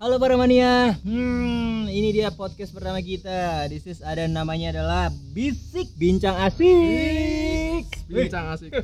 Halo para mania, ini dia podcast pertama kita. This is ada namanya adalah Bisik Bincang Asik. Bincang asik.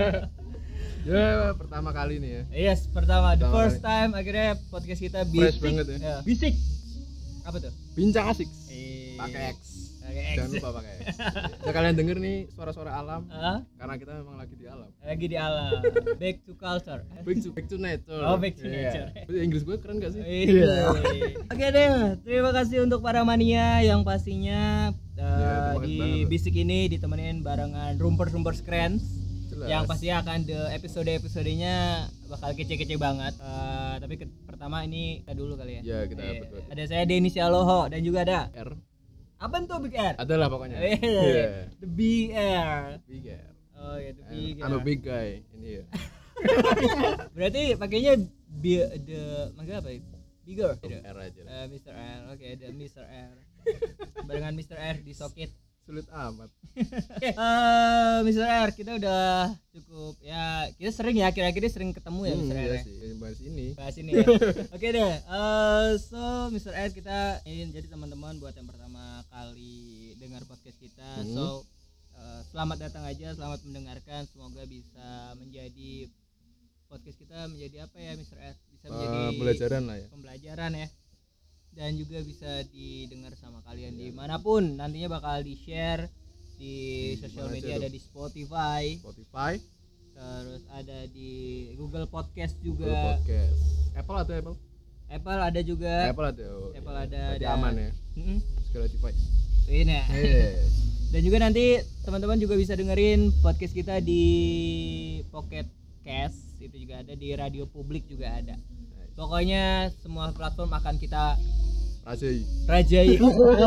Ya pertama kali nih ya. Yes, pertama the first time akhirnya podcast kita Fresh Bisik. banget ya. Bisik. Apa tuh? Bincang asik. Pakai Pakai X. X. Jangan lupa pakai X. Ya kalian denger nih suara-suara alam. Hah? Karena kita memang lagi di alam. Lagi di alam. Back to culture. Back to nature. Oh, back to Iya. nature. Inggris gue keren gak sih? Iya. Oke deh, terima kasih untuk para mania yang pastinya terima kasih di banget, Bisik ini ditemenin barengan Rumpers Keren. Jelas. Yang pasti akan episode-episodenya bakal kece-kece banget. Tapi pertama ini kita dulu kali ya. Ya kita betul. Ada saya Denny Sialoho dan juga ada R. apa tuh Big R? Adalah pokoknya. Yeah. The Big R. Big R. Oh ya, The Big I'm a R. big guy. Ini ya. Berarti pakainya maksudnya apa ya? Bigger. R aja lah. Mr. R. Oke, ada Mr. R. Barengan Mr. R di soket. Sulit amat. Mr. R, kita udah cukup ya, kita sering ya akhir-akhir ini sering ketemu ya Mr. R. Iya ya? sih, bahas ini. Bahas ini ya. Oke deh. So Mr. R, kita ingin jadi teman-teman buat yang pertama kali dengar podcast kita. So selamat datang aja, selamat mendengarkan. Semoga bisa menjadi podcast kita menjadi apa ya Mr. R? Bisa menjadi Pembelajaran lah ya. Pembelajaran ya. Dan juga bisa didengar sama kalian dimanapun, nantinya bakal di share di sosial media, ada di Spotify, terus ada di Google Podcast juga, Google Podcast. Apple ada juga. Apple ada Berarti aman ya. Segala device. Ini ya. Dan juga nanti teman-teman juga bisa dengerin podcast kita di Pocket Cast, itu juga ada, di Radio Publik juga ada. Pokoknya semua platform akan kita rajai.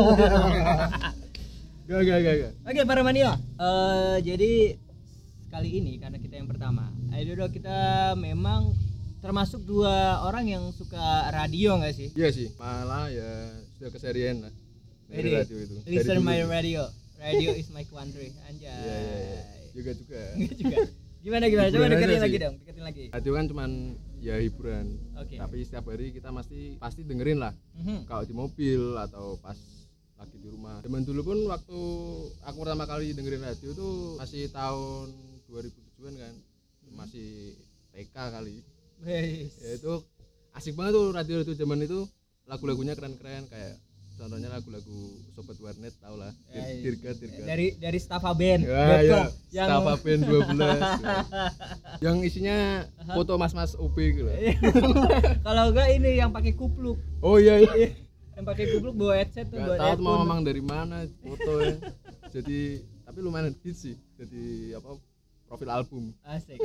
Gak. Oke para mania, jadi kali ini karena kita yang pertama, ayo dong, kita memang termasuk dua orang yang suka radio nggak sih? Iya sih, malah ya sudah keserian lah dari radio itu. Listen my radio is my country, anjay. Iya. Juga. Gimana? Coba deketin lagi. Radio kan cuman ya hiburan. Oke. Tapi setiap hari kita pasti dengerin lah. Kalau di mobil atau pas lagi di rumah. Zaman dulu pun waktu aku pertama kali dengerin radio tuh masih tahun 2007-an kan. Masih TK kali. Ya itu asik banget tuh radio itu zaman itu, lagu-lagunya keren-keren, kayak contohnya lagu-lagu Sobat Warnet, tau lah. Dirga. Dari Staffa Band. Ya. Staffa Band 12. Yang isinya foto mas-mas OB gitu. Kalau enggak ini yang pakai kupluk. Oh iya. Yang pakai kupluk bawa headset tuh, buat tahu mau memang dari mana foto ya. Jadi tapi lumayan hits sih. Jadi profil album. Asik.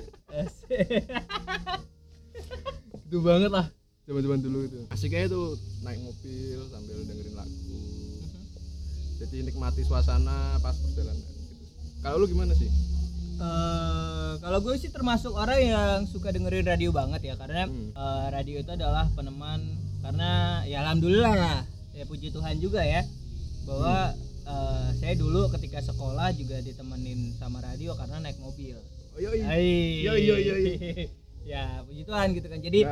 Itu banget lah. Zaman-zaman dulu itu asiknya itu naik mobil sambil dengerin lagu, jadi nikmati suasana pas perjalanan gitu. Kalau lu gimana sih? Kalau gue sih termasuk orang yang suka dengerin radio banget ya, karena radio itu adalah peneman, karena ya alhamdulillah ya puji Tuhan juga ya bahwa saya dulu ketika sekolah juga ditemenin sama radio karena naik mobil. Iya. Ya puji Tuhan gitu kan, jadi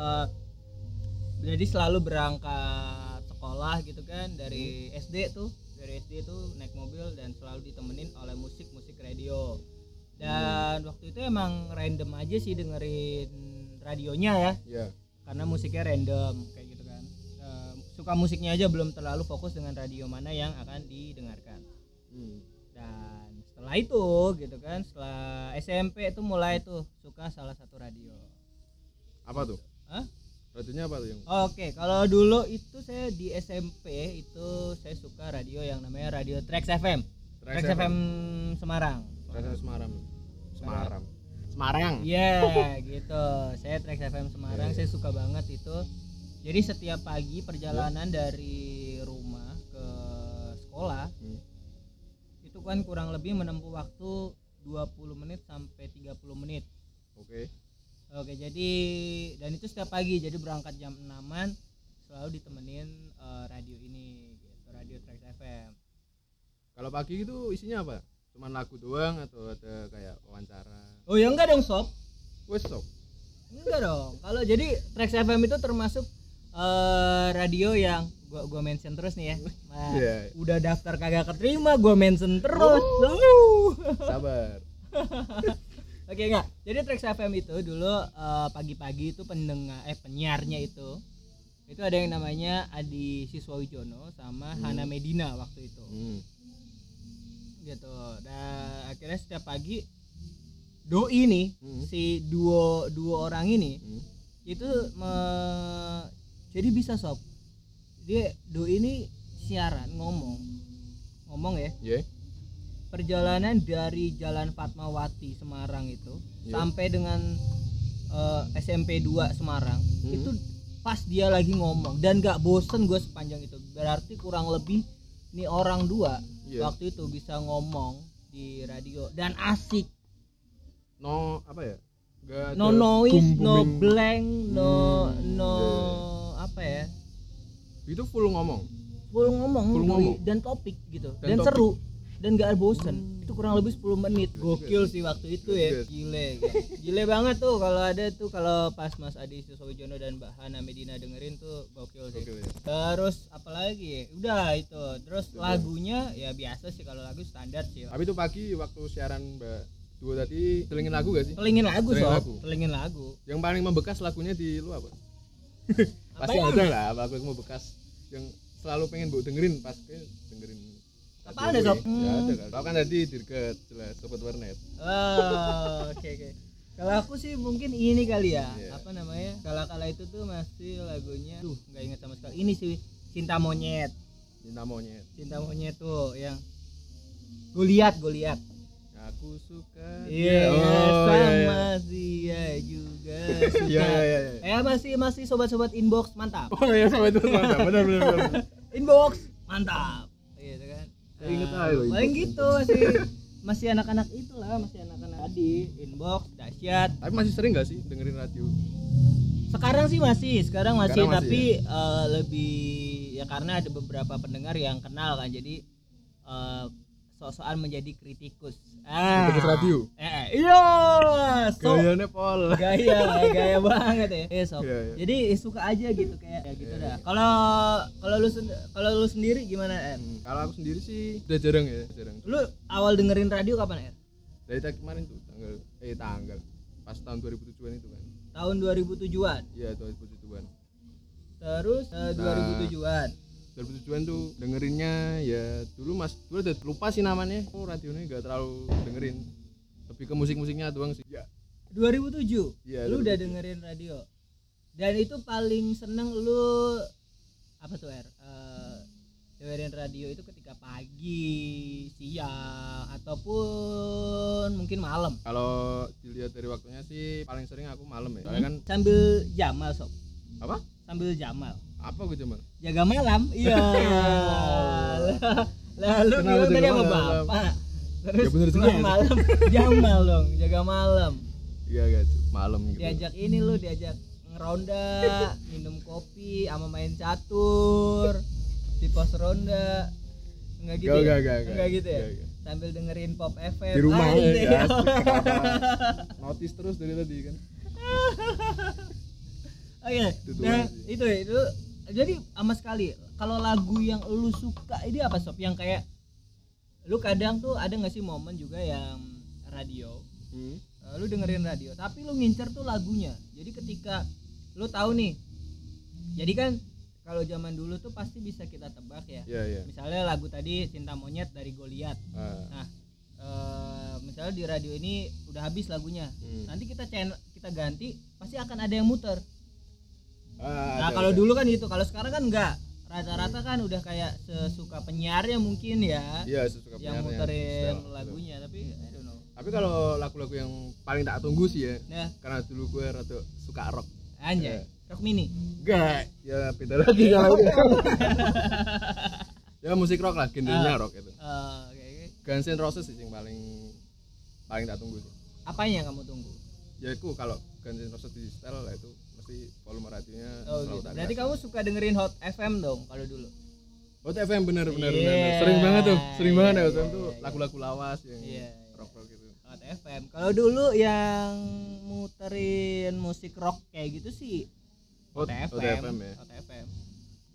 jadi selalu berangkat sekolah gitu kan dari SD tuh naik mobil dan selalu ditemenin oleh musik radio. Dan waktu itu emang random aja sih dengerin radionya ya. Iya. Karena musiknya random kayak gitu kan. Suka musiknya aja, belum terlalu fokus dengan radio mana yang akan didengarkan. Dan setelah itu gitu kan, setelah SMP itu mulai tuh suka salah satu radio. Apa tuh? Radionya apa tuh yang? Oke, kalau dulu itu saya di SMP itu saya suka radio yang namanya radio Trax FM. Trax FM Semarang. Semarang. Iya, gitu. Saya Trax FM Semarang, saya suka banget itu. Jadi setiap pagi perjalanan dari rumah ke sekolah itu kan kurang lebih menempuh waktu 20 menit sampai 30 menit. Oke, jadi dan itu setiap pagi, jadi berangkat jam 6-an selalu ditemenin radio ini gitu, radio Trax FM. Kalau pagi itu isinya apa? Cuman lagu doang atau ada kayak wawancara? Oh ya enggak dong sob. Wes sob. Enggak dong. Kalau jadi Trax FM itu termasuk radio yang gua mention terus nih ya. Nah, Iya. udah daftar kagak keterima, gua mention terus. Sabar. Oke enggak. Jadi Trax FM itu dulu pagi-pagi itu penyiarnya itu ada yang namanya Adi Siswawijono sama Hana Medina waktu itu. Gitu. Dan akhirnya setiap pagi doi nih si dua orang ini itu jadi bisa sob. Dia doi ini siaran ngomong ya. Yeah. Perjalanan dari Jalan Fatmawati Semarang itu sampai dengan SMP 2 Semarang itu pas dia lagi ngomong dan gak bosen gue sepanjang itu. Berarti kurang lebih nih orang dua waktu itu bisa ngomong di radio dan asik. No apa ya? Gak No noise, no blank, no apa ya? Itu full ngomong dan topik gitu. Dan topik. Seru dan gak bosen. Itu kurang lebih 10 menit. Gokil sih waktu itu ya. Gile banget tuh kalau ada tuh kalau pas Mas Adi Siswawijono dan Mbak Hana Medina dengerin tuh gokil sih. Gokil, ya. Terus apalagi? Udah itu. Terus lagunya ya biasa sih kalau lagu standar sih. Tapi itu pagi waktu siaran Mbak Duo tadi selingin lagu gak sih? Selingin lagu. Yang paling membekas lagunya di lu apa? Pasti Apa ada lah lagu yang membekas yang selalu pengen bu dengerin pas dengerin. Apa ada sob? Ya ada kan. Kau kan tadi dirget jelas sobat warnet. Oh, oke. Kalau aku sih mungkin ini kali ya. Yeah. Apa namanya? Kala itu tuh masih lagunya nggak ingat sama sekali. Ini sih Cinta Monyet tuh yang Goliat. Aku suka sama dia juga suka. Iya. Masih sobat-sobat inbox mantap. Oh iya sobat itu mantap. Benar. Inbox mantap. Gitu kan. Saya inget aja loh. Paling gitu masih anak-anak itulah, masih anak-anak tadi inbox dahsyat. Tapi masih sering gak sih dengerin radio? Sekarang masih tapi ya? lebih ya karena ada beberapa pendengar yang kenal kan, jadi sok-sokan menjadi kritikus. Kritikus radio. Iya. Gayanya pol. Gaya banget ya. Sob. Iya. Jadi suka aja gitu kayak ya gitu dah. Kalau lu sendiri gimana, Kalau aku sendiri sih udah jarang. Lu awal dengerin radio kapan, Dari kemarin tuh tanggal pas tahun 2007-an itu kan. Tahun 2007-an. Iya, 2007-an. Terus 2007-an. 2007-an tuh dengerinnya ya dulu udah lupa sih namanya. Radionya enggak terlalu dengerin. Lebih ke musik-musiknya doang sih. Ya. 2007. Ya, lu 2007. Udah dengerin radio. Dan itu paling seneng lu apa tuh, dengerin radio itu ketika pagi, siang ataupun mungkin malam. Kalau dilihat dari waktunya sih paling sering aku malam ya. Soalnya kan sambil jamal sob. Apa? Sambil jamal. Apa gue jamal? Jaga malam. Iya. Lalu bilang tadi sama bapak. Terus ya bener juga malam jamal dong, jaga malam. Iya guys, malam gitu. Diajak ngeronda, minum kopi, sama main catur di pos ronda. Enggak gitu. Enggak gitu ya. Gak. Sambil dengerin Pop FM di rumah ya. Notis terus dari tadi kan. Oke. Nah, itu jadi sama sekali kalau lagu yang lu suka ini apa sob, yang kayak lu kadang tuh ada nggak sih momen juga yang radio lu dengerin radio tapi lu ngincer tuh lagunya, jadi ketika lu tahu nih, jadi kan kalau zaman dulu tuh pasti bisa kita tebak ya. Misalnya lagu tadi Cinta Monyet dari Goliat. Nah misalnya di radio ini udah habis lagunya, nanti kita ganti pasti akan ada yang muter. Nah kalau dulu kan gitu, kalau sekarang kan enggak, rata-rata kan udah kayak sesuka penyiarnya mungkin ya. Iya, sesuka yang muterin lagunya, tapi I don't know. Tapi kalau lagu-lagu yang paling tak tunggu sih ya, karena dulu gue rada suka rock. Anjay, rock mini? Enggak, ya beda lagi kalau ya musik rock lah, genrenya rock itu. Guns N' Roses sih yang paling tak tunggu sih. Apanya yang kamu tunggu? Ya itu kalau Guns N' Roses di setel lah itu volume radionya gitu. Berarti kamu suka dengerin Hot FM dong kalau dulu? Hot FM bener. Sering banget tuh. Hot FM tuh lagu-lagu lawas yang rock gitu. Hot FM. Kalau dulu yang muterin musik rock kayak gitu sih Hot FM ya. Hot FM.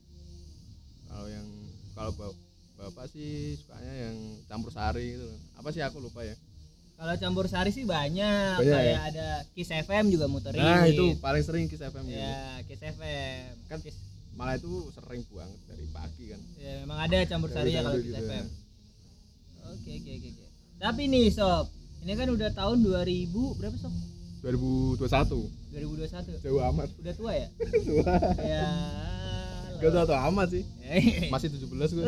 kalau bapak sih sukanya yang campur sari gitu. Apa sih aku lupa ya. Kalau campur sari sih banyak Banyak kayak ya? ada Kiss FM juga muterin. Nah itu paling sering Kiss FM gitu. Ya, Kiss FM. Kan malah itu sering banget dari pagi kan. Ya, memang ada campur sari ya kalau Kiss gitu FM. Oke. Tapi nih sob, ini kan udah tahun 2000 berapa sob? 2021. 2021. Jauh amat. Udah tua ya? Tua. Ya. Gak tua amat sih. Masih 17 gue.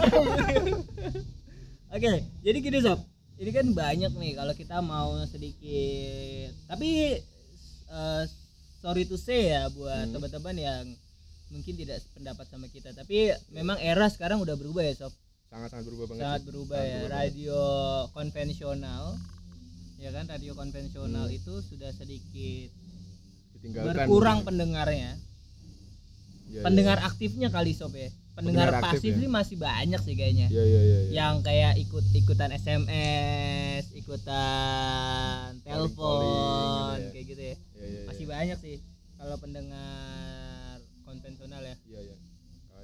Oke, jadi gini sob. Ini kan banyak nih kalau kita mau sedikit. Tapi sorry to say ya buat teman-teman yang mungkin tidak sependapat sama kita. Tapi memang era sekarang udah berubah ya sob. Sangat berubah banget. Sangat berubah ya. Radio konvensional. Ya kan, radio konvensional itu sudah sedikit berkurang pendengarnya. Ya, pendengar aktifnya kali sob ya. Pendengar pasif sih masih banyak sih kayaknya. Iya. Yang kayak ikutan SMS, ikutan telepon kayak gitu ya. Masih banyak sih kalau pendengar konvensional ya. Iya. Kalau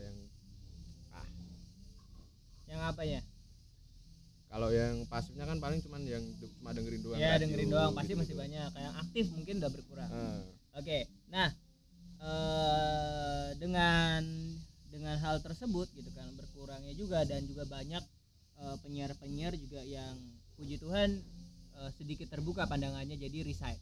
yang apa ya? Kalau yang pasifnya kan paling cuma dengerin doang. Ya, dengerin doang pasti gitu, masih banyak. Kayak aktif mungkin udah berkurang. Oke. Nah, dengan hal tersebut gitu kan berkurangnya juga dan juga banyak penyiar-penyiar juga yang puji Tuhan sedikit terbuka pandangannya jadi resign.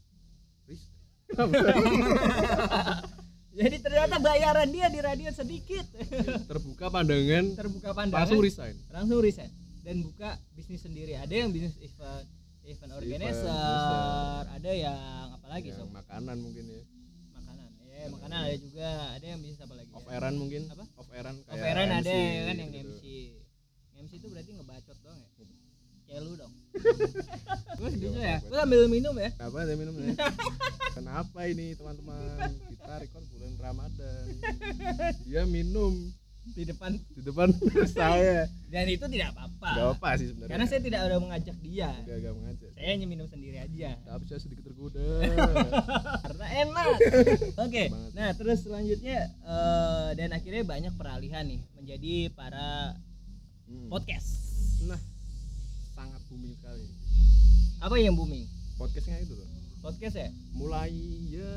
Jadi ternyata bayaran dia di radio sedikit. Terbuka pandangan. Langsung resign. Dan buka bisnis sendiri. Ada yang bisnis event organizer, ada yang apalagi sob? Makanan mungkin ya. Makanan ada juga, ada yang bisnis apa lagi? Off-airan mungkin. Apa? Off-airan ada ya kan yang gitu. MC itu berarti ngebacot doang ya? Kayak lu dong. Gue gitu ya. Gue sambil minum ya. Apa ada minum ya? Kenapa ini teman-teman? Kita record bulan Ramadan. Dia minum di depan saya. Dan itu tidak apa-apa. Tidak apa sih sebenarnya. Karena saya tidak ada mengajak dia. Tidak mengajak. Saya hanya minum sendiri aja. Tapi saya sedikit tergoda. Karena enak. Oke. Nah, terus selanjutnya dan akhirnya banyak peralihan nih menjadi para podcast. Nah, sangat booming sekali. Apa yang booming? Podcastnya itu loh. Podcast ya? Mulai ya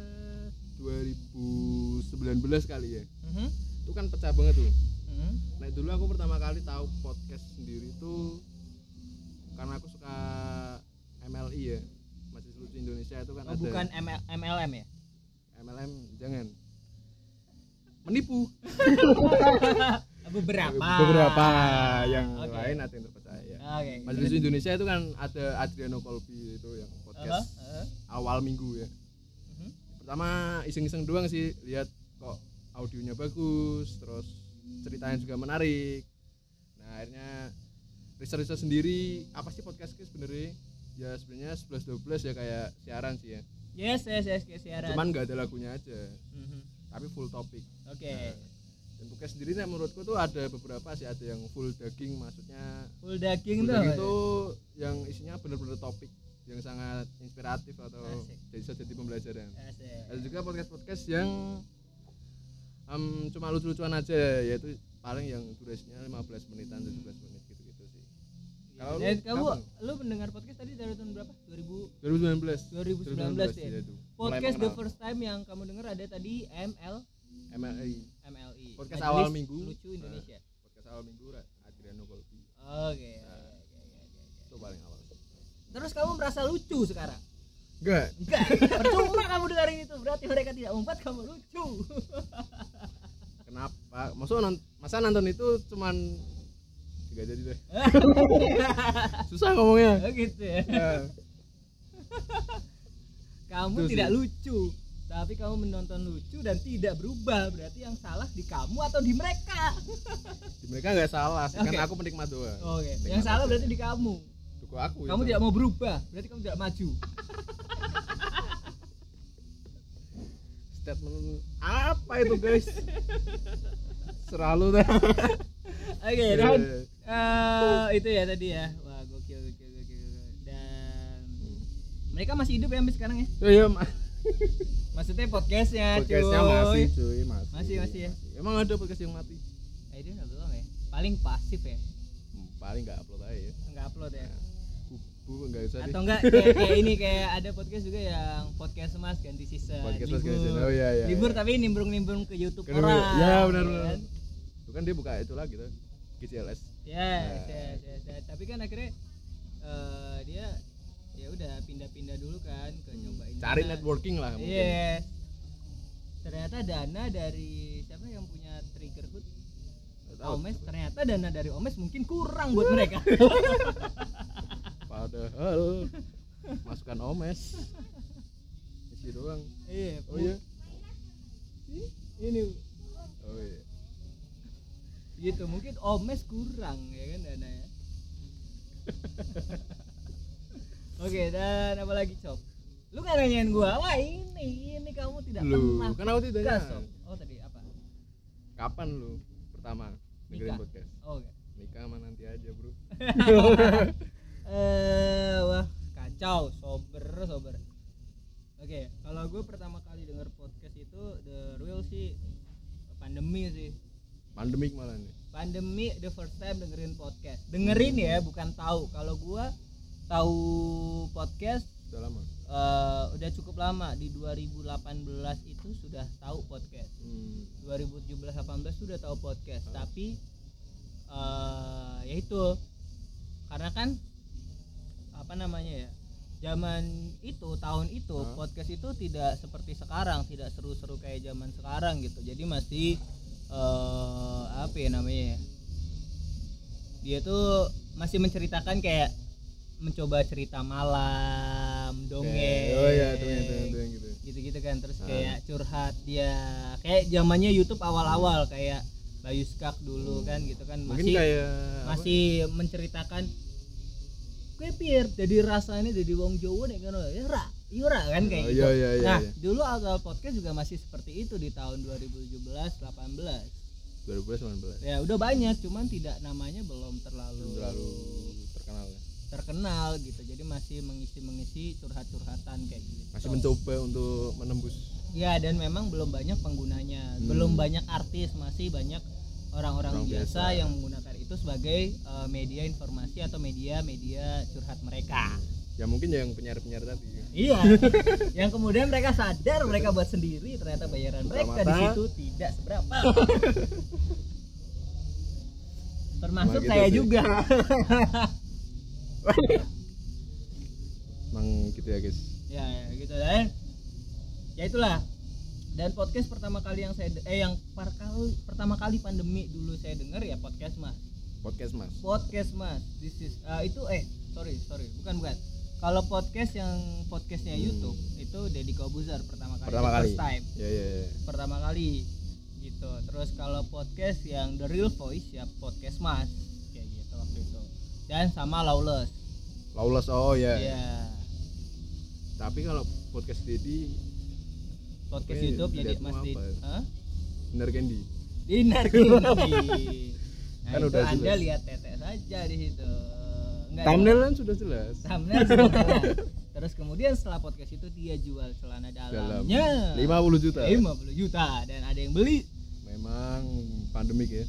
2019 kali ya. Itu kan pecah banget tuh. Nah dulu aku pertama kali tahu podcast sendiri itu karena aku suka MLI ya, Majelis Lucu Indonesia itu kan ada. Bukan MLM ya? MLM jangan menipu. Beberapa yang lain ada yang terpercaya. Majelis Lucu Indonesia itu kan ada Adriano Colby itu yang podcast awal minggu ya. Pertama iseng-iseng doang sih, lihat kok audionya bagus, terus ceritanya juga menarik. Nah akhirnya riset sendiri apa sih podcast sebenarnya? Ya sebenarnya 11-12 ya kayak siaran sih ya. Yes kayak siaran. Cuman nggak ada lagunya aja, tapi full topik. Oke. Dan podcast sendiri menurutku tuh ada beberapa sih, ada yang full daging, maksudnya full daging itu yang isinya benar-benar topik yang sangat inspiratif atau bisa jadi pembelajaran. Ada juga podcast yang cuma lucu-lucuan aja, yaitu paling yang durasinya 15 menitan 17 menit gitu-gitu sih. Kalau lu mendengar podcast tadi dari tahun berapa? 2019 ya. Podcast the first time yang kamu dengar ada tadi MLI. Podcast awal minggu Lucu Indonesia. Podcast awal minggu Adriano Colby. Oke. Itu paling awal. Terus kamu merasa lucu sekarang? Enggak. Percuma kamu dengerin itu, berarti mereka tidak membuat kamu lucu. Kenapa? Masa nonton itu cuman enggak jadi deh. Susah ngomongnya. Oh gitu ya. Kamu itu tidak sih lucu, tapi kamu menonton lucu dan tidak berubah. Berarti yang salah di kamu atau di mereka? Di mereka enggak salah, kan aku penikmat doang. Oke. Yang salah berarti di kamu. Kamu tidak mau berubah, berarti kamu tidak maju. Statement apa itu guys? Selalu dah. Oke, dan itu ya tadi ya. Wah, gokil. Dan mereka masih hidup ya sampai sekarang ya? Iya, maksudnya podcastnya masih cuy, masih ya. Emang ada podcast yang mati? Itu belum ya? paling pasif ya. Paling nggak upload aja ya. Nggak upload ya. Nggak usah Atau enggak kayak ini kayak ada podcast juga yang podcast Mas ganti season. Podcast Mas ganti season. Oh iya. Libur tapi nimbrung ke YouTube Kedua, orang. ya benar. Kan? Itu kan dia buka itu lagi tuh. GCLS. Ya. Tapi kan akhirnya dia ya udah pindah-pindah dulu kan ke nyobain. Cari networking lah mungkin. Yes. Ternyata dana dari siapa yang punya Triggerhood? Omes, ternyata dana dari Omes mungkin kurang buat mereka. Padahal masukan Omes isi doang. Iya. Oh iya. Ini. Oh iya. Gitu mungkin Omes kurang ya kan dananya. Oke, dan apa lagi Cop? Lu kan nanyain gua, wah ini kamu tidak pernah. Kan aku tidak nanya. Oh tadi apa? Kapan lu pertama dengerin podcast? Oh okay. Nikah mah nanti aja bro. Wah kacau, sober. Oke, kalau gue pertama kali denger podcast itu the real sih pandemi sih. Pandemik malah nih. Pandemi the first time dengerin podcast. Dengerin ya, bukan tahu. Kalau gue tahu podcast udah lama. Udah cukup lama di 2018 itu sudah tahu podcast. 2017-18 sudah tahu podcast, tapi ya itu karena kan apa namanya ya, zaman itu tahun itu podcast itu tidak seperti sekarang, tidak seru-seru kayak zaman sekarang gitu. Jadi masih apa ya namanya ya, dia tuh masih menceritakan kayak mencoba cerita malam, dongeng. Oh iya, dongeng gitu. Gitu-gitu kan, terus kayak curhat dia. Kayak zamannya YouTube awal-awal kayak Bayu Skak dulu kan gitu kan, masih kayak masih apa? Menceritakan gue piye jadi rasanya jadi wong Jawa nek ngono ya ora kan kayak gitu. Iya, nah, dulu awal podcast juga masih seperti itu di tahun 2017 18. 2018. Ya udah banyak, cuman tidak namanya belum terlalu terkenal gitu. Jadi masih mengisi curhat-curhatan kayak gitu. Masih mencoba untuk menembus. Ya, dan memang belum banyak penggunanya. Belum banyak artis, masih banyak orang-orang biasa yang menggunakan itu sebagai media informasi atau media curhat mereka. Ya mungkin yang penyiar-penyiar tadi. Iya. Yang kemudian mereka sadar mereka buat sendiri, ternyata bayaran mereka di situ tidak seberapa. Termasuk gitu saya sih. Juga. Emang gitu ya guys. Ya gitu dan ya itulah. Dan podcast pertama kali yang saya pertama kali pandemi dulu saya dengar ya podcast Mas. This is itu sorry bukan. Kalau podcastnya YouTube itu Deddy Kobuzer pertama kali. First time. Yeah. Pertama kali gitu. Terus kalau podcast yang The Real Voice ya podcast Mas kayak gitu waktu itu. Dan sama Lawless. Oh ya. Iya. Tapi kalau podcast Deddy podcast YouTube jadi Mas Deddy. Dinner Candy. Nah, kan itu udah Anda jelas. Lihat tete saja di situ. Thumbnail kan sudah jelas. Terus kemudian setelah podcast itu dia jual celana dalamnya 50 juta dan ada yang beli. Memang pandemik ya.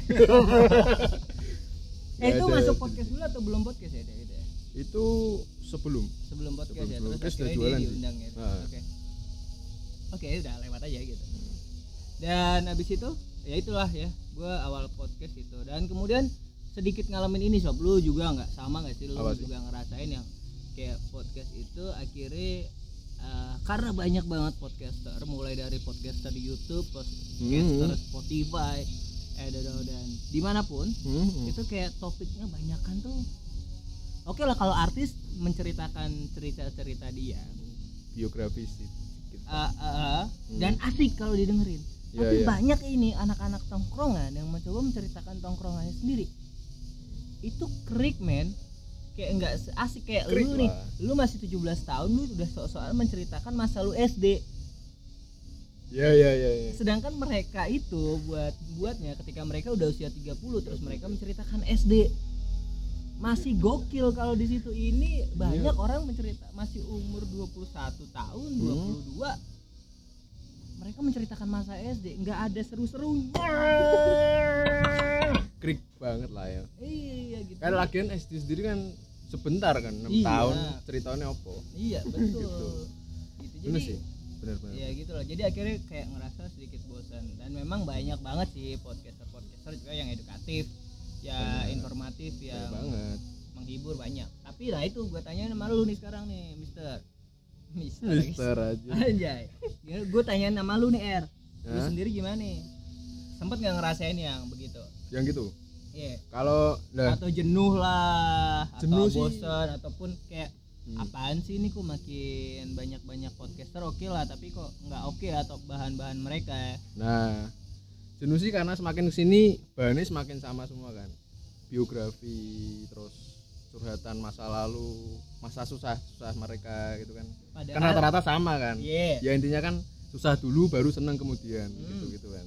Itu masuk podcast dulu atau belum podcast ya gitu ya? Itu sebelum podcast ya. Terus sudah jualan diundang ya. Oke, udah lewat aja gitu. Dan habis itu ya itulah ya, gue awal podcast itu. Dan kemudian sedikit ngalamin ini sob, lu juga nggak sama nggak sih, lu juga ngerasain yang kayak podcast itu akhirnya karena banyak banget podcaster, mulai dari podcaster di YouTube, podcaster Spotify, dan dimanapun itu kayak topiknya banyakan tuh. Oke lah kalau artis menceritakan cerita dia, biografis dan asik kalau didengerin. Tapi banyak ini anak-anak tongkrongan yang mencoba menceritakan tongkrongannya sendiri. Itu krik men, kayak enggak asik kayak krik lu nih lah. Lu masih 17 tahun lu udah sok-sokan menceritakan masa lu SD. Ya. Sedangkan mereka itu buatnya ketika mereka udah usia 30 terus mereka menceritakan SD. Masih gokil kalau di situ. Ini banyak orang masih umur 21 tahun, 22. Mereka menceritakan masa SD, enggak ada seru-serunya. krik banget lah ya. Iya gitu. Kan lagian SD sendiri kan sebentar kan 6 Iya. tahun ceritanya apa? Iya betul. Gitu. Gitu. Bener Jadi sih. Benar-benar. ya gitu loh. Jadi akhirnya kayak ngerasa sedikit bosan dan memang banyak banget sih podcaster juga yang edukatif, ya Bener. informatif, Banyak yang banget. menghibur banyak. Tapi lah itu gue tanyain sama lu nih sekarang nih, Mister Mister aja. Anjay. Gue tanyain sama lu nih, Lu Hah? sendiri gimana nih? Sempet nggak ngerasain yang begitu? Yang gitu. Iya. Kalau Atau jenuh lah, Jenuh atau sih. bosan, ataupun kayak apaan sih ini kok makin banyak podcaster oke lah, tapi kok nggak oke atau bahan-bahan mereka ya. Nah, jenuh sih karena semakin kesini bahannya semakin sama semua kan. Biografi, terus curhatan masa lalu, masa susah mereka gitu kan. Padahal Kan rata-rata sama kan. Iya. Ya intinya kan susah dulu baru seneng kemudian gitu kan.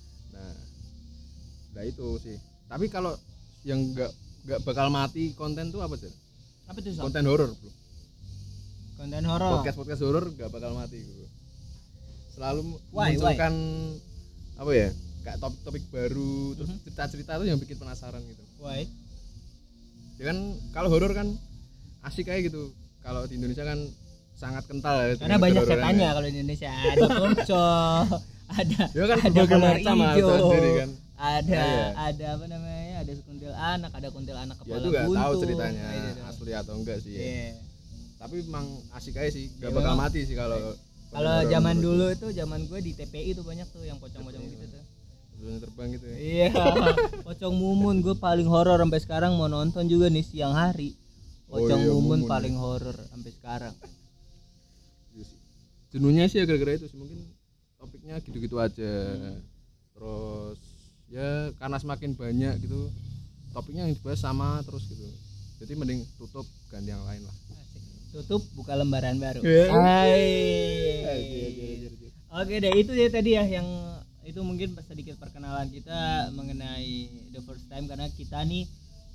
Nah itu sih. Tapi kalau yang nggak bakal mati konten tuh apa sih? Apa tuh Sob? Konten horor bro. Konten horor. Podcast horor nggak bakal mati bro. Selalu Why? munculkan apa ya? Kayak topik baru, terus cerita-cerita tuh yang bikin penasaran gitu. Why? Ya kan kalau horor kan asik kayak gitu. Kalau di Indonesia kan sangat kental ya. Karena banyak setannya kalau di Indonesia. Ada pocong, ada Ya kan ada berbagai kolor macam lah hijau, sendiri kan. ada apa namanya? Ada kuntilanak, ada kuntilanak Ya kepala itu nggak buntu. tahu ceritanya Nah, itu tuh. asli atau enggak sih ya. Iya. Tapi memang asik aja sih, nggak Ya, bakal memang. mati sih kalau Kalau zaman dulu itu zaman gue di TPI tuh banyak tuh yang pocong-pocong gitu tuh. sebelum terbang gitu ya. Iya, pocong mumun gue paling horor sampai sekarang, mau nonton juga nih siang hari. Oh Pocong iya, mumun Mumun paling horor sampai sekarang. Jenuhnya sih gara-gara itu sih, mungkin topiknya gitu-gitu aja. Terus ya karena semakin banyak gitu topiknya yang dibahas sama terus gitu. Jadi mending tutup ganti yang lain lah. Asik. Tutup buka lembaran baru. Iya. Hai. Aja. Oke deh, itu ya tadi ya yang itu mungkin sedikit perkenalan kita mengenai the first time, karena kita nih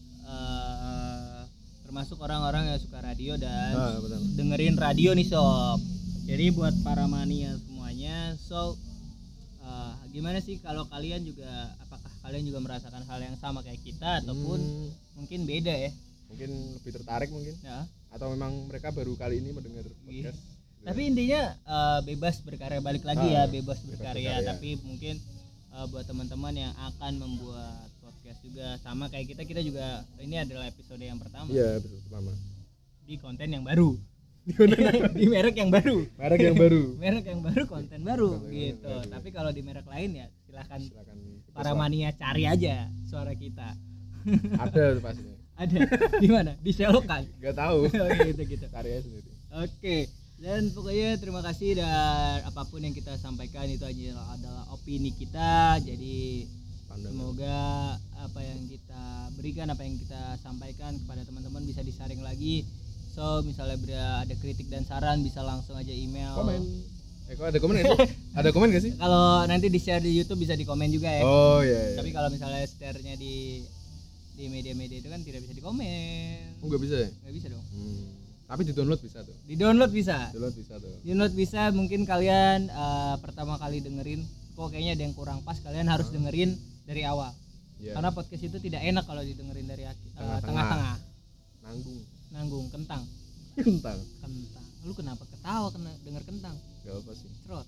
termasuk orang-orang yang suka radio dan Betul. dengerin radio nih Sob. Jadi buat para mania semuanya, gimana sih kalau kalian juga, apakah kalian juga merasakan hal yang sama kayak kita ataupun mungkin beda ya? Mungkin lebih tertarik mungkin, Ya. atau memang mereka baru kali ini mendengar podcast. Tapi intinya bebas berkarya, balik lagi ya, bebas berkarya. berkarya. Tapi mungkin buat teman-teman yang akan membuat podcast juga sama kayak kita juga, ini adalah episode yang pertama. Iya betul, pertama. Di konten yang baru. Di merek yang baru. Merek yang baru. Merek yang baru, konten baru Konten gitu. baru. Tapi kalau di merek lain ya silakan Silakan. para mania cari aja suara kita. Ada tuh pastinya. Ada di mana? Di selokan. Gak tahu. Gitu. Cari aja sendiri. Oke, dan pokoknya terima kasih, dan apapun yang kita sampaikan itu adalah opini kita. Jadi Pandangan. semoga apa yang kita berikan, apa yang kita sampaikan kepada teman-teman bisa disaring lagi. So misalnya ada kritik dan saran bisa langsung aja email. Komen. Kok ada komen nggak sih? Ada komen nggak sih? Kalau nanti di share di YouTube bisa di komen juga ya. Oh iya. Tapi kalau misalnya share-nya di media-media itu kan tidak bisa dikomen. Oh nggak bisa ya? Nggak bisa dong. Tapi di download bisa tuh. Di download bisa. Download bisa tuh. Download bisa. Mungkin kalian pertama kali dengerin kok kayaknya ada yang kurang pas, kalian harus dengerin dari awal. Iya. Karena podcast itu tidak enak kalau didengerin dari Tengah-tengah. tengah-tengah. Nanggung. Kentang. Kentang. Lu kenapa ketawa kena denger kentang? Gak apa sih. Cerot.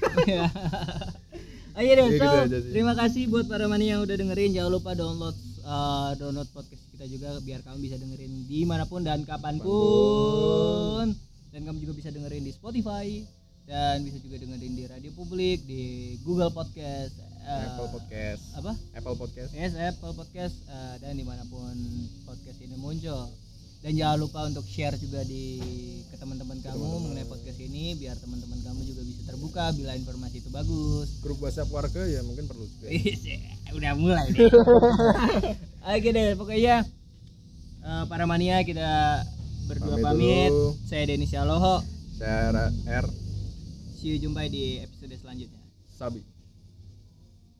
Oh iya deh, Ya, so, gitu aja sih. terima kasih buat para mania yang udah dengerin. Jangan lupa download podcast kita juga biar kamu bisa dengerin dimanapun dan kapanpun. Dan kamu juga bisa dengerin di Spotify dan bisa juga dengerin di Radio Publik, di Google Podcast, Apple Podcast. apa? Apple Podcast. Yes, Apple Podcast, dan dimanapun podcast ini muncul. Dan jangan lupa untuk share juga ke teman-teman kamu mengenai podcast ini, biar teman-teman kamu juga bisa terbuka bila informasi itu bagus. Grup WhatsApp warga ya mungkin perlu juga. Udah mulai deh. Oke deh, pokoknya para mania kita berdua pamit. dulu. Saya Denis Yaloho. Saya R. See you, jumpa di episode selanjutnya. Sabi.